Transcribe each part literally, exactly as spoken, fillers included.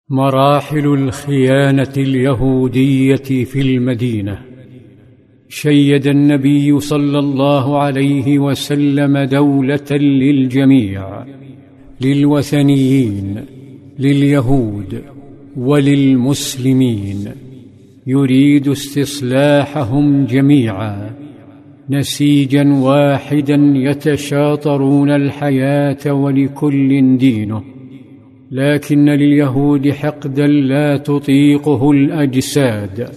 مراحل الخيانة اليهودية في المدينة. شيد النبي صلى الله عليه وسلم دولة للجميع، للوثنيين، لليهود وللمسلمين، يريد استصلاحهم جميعا، نسيجا واحدا يتشاطرون الحياة ولكل دينه. لكن لليهود حقدا لا تطيقه الأجساد،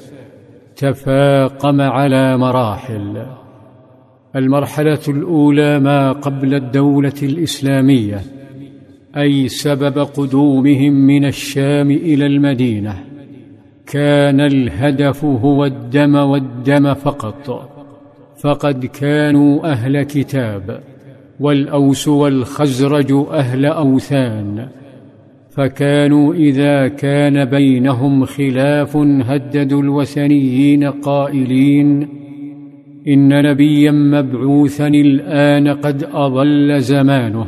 تفاقم على مراحل. المرحلة الأولى ما قبل الدولة الإسلامية، أي سبب قدومهم من الشام إلى المدينة، كان الهدف هو الدم والدم فقط. فقد كانوا أهل كتاب، والأوس والخزرج أهل أوثان، فكانوا إذا كان بينهم خلاف هددوا الوثنيين قائلين: إن نبيا مبعوثا الآن قد أضل زمانه،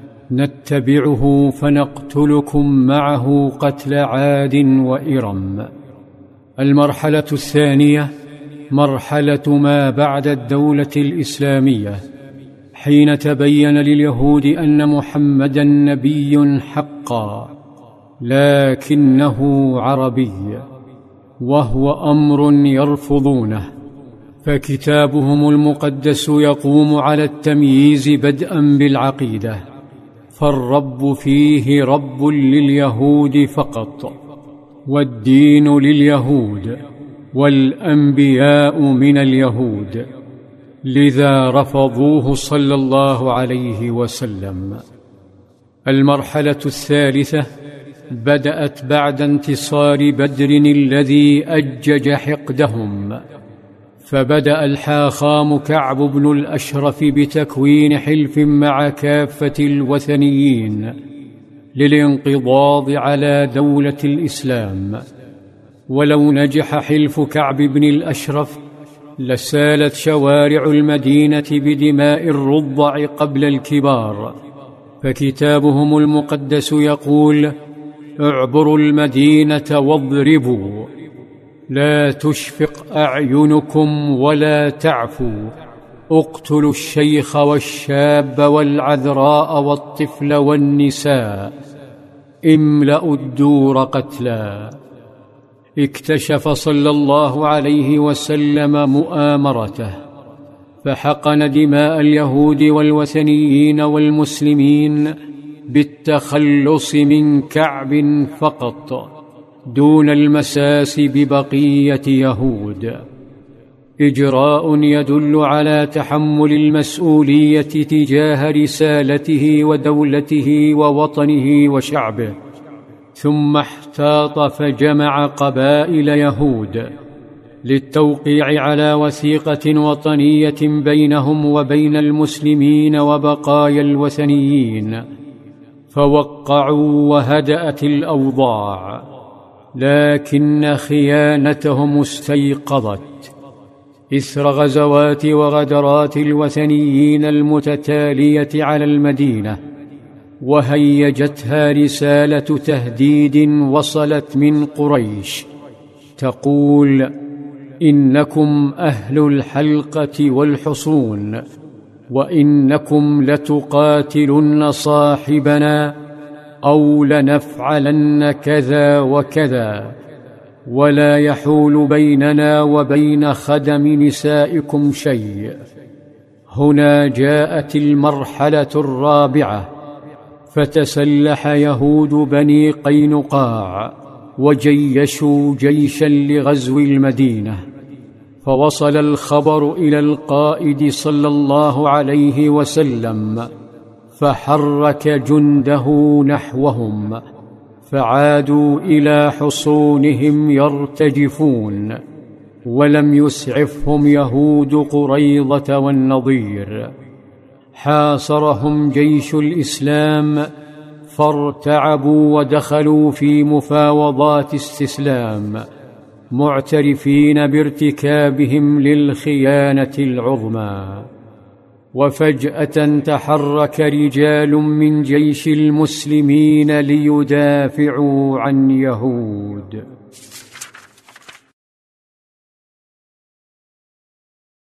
نتبعه فنقتلكم معه قتل عاد وإرم. المرحلة الثانية مرحلة ما بعد الدولة الإسلامية، حين تبين لليهود أن محمدا نبي حقا، لكنه عربي، وهو أمر يرفضونه. فكتابهم المقدس يقوم على التمييز بدءا بالعقيدة، فالرب فيه رب لليهود فقط، والدين لليهود، والأنبياء من اليهود، لذا رفضوه صلى الله عليه وسلم. المرحلة الثالثة بدأت بعد انتصار بدر الذي أجج حقدهم، فبدأ الحاخام كعب بن الأشرف بتكوين حلف مع كافة الوثنيين للانقضاض على دولة الإسلام. ولو نجح حلف كعب بن الأشرف لسالت شوارع المدينة بدماء الرضع قبل الكبار، فكتابهم المقدس يقول: اعبروا المدينة واضربوا، لا تشفق أعينكم ولا تعفوا، اقتلوا الشيخ والشاب والعذراء والطفل والنساء، املأوا الدور قتلا. اكتشف صلى الله عليه وسلم مؤامرته، فحقن دماء اليهود والوثنيين والمسلمين بالتخلص من كعب فقط، دون المساس ببقية يهود، إجراء يدل على تحمل المسؤولية تجاه رسالته ودولته ووطنه وشعبه. ثم احتاط فجمع قبائل يهود للتوقيع على وثيقة وطنية بينهم وبين المسلمين وبقايا الوثنيين، فوقعوا وهدأت الأوضاع. لكن خيانتهم استيقظت إثر غزوات وغدرات الوثنيين المتتالية على المدينة، وهيجتها رسالة تهديد وصلت من قريش تقول: إنكم أهل الحلقة والحصون، وإنكم لتقاتلن صاحبنا أو لنفعلن كذا وكذا، ولا يحول بيننا وبين خدم نسائكم شيء. هنا جاءت المرحلة الرابعة، فتسلح يهود بني قينقاع وجيشوا جيشا لغزو المدينة، فوصل الخبر إلى القائد صلى الله عليه وسلم، فحرك جنده نحوهم، فعادوا إلى حصونهم يرتجفون، ولم يسعفهم يهود قريظة والنضير. حاصرهم جيش الإسلام، فارتعبوا ودخلوا في مفاوضات استسلام، معترفين بارتكابهم للخيانة العظمى. وفجأة تحرك رجال من جيش المسلمين ليدافعوا عن يهود.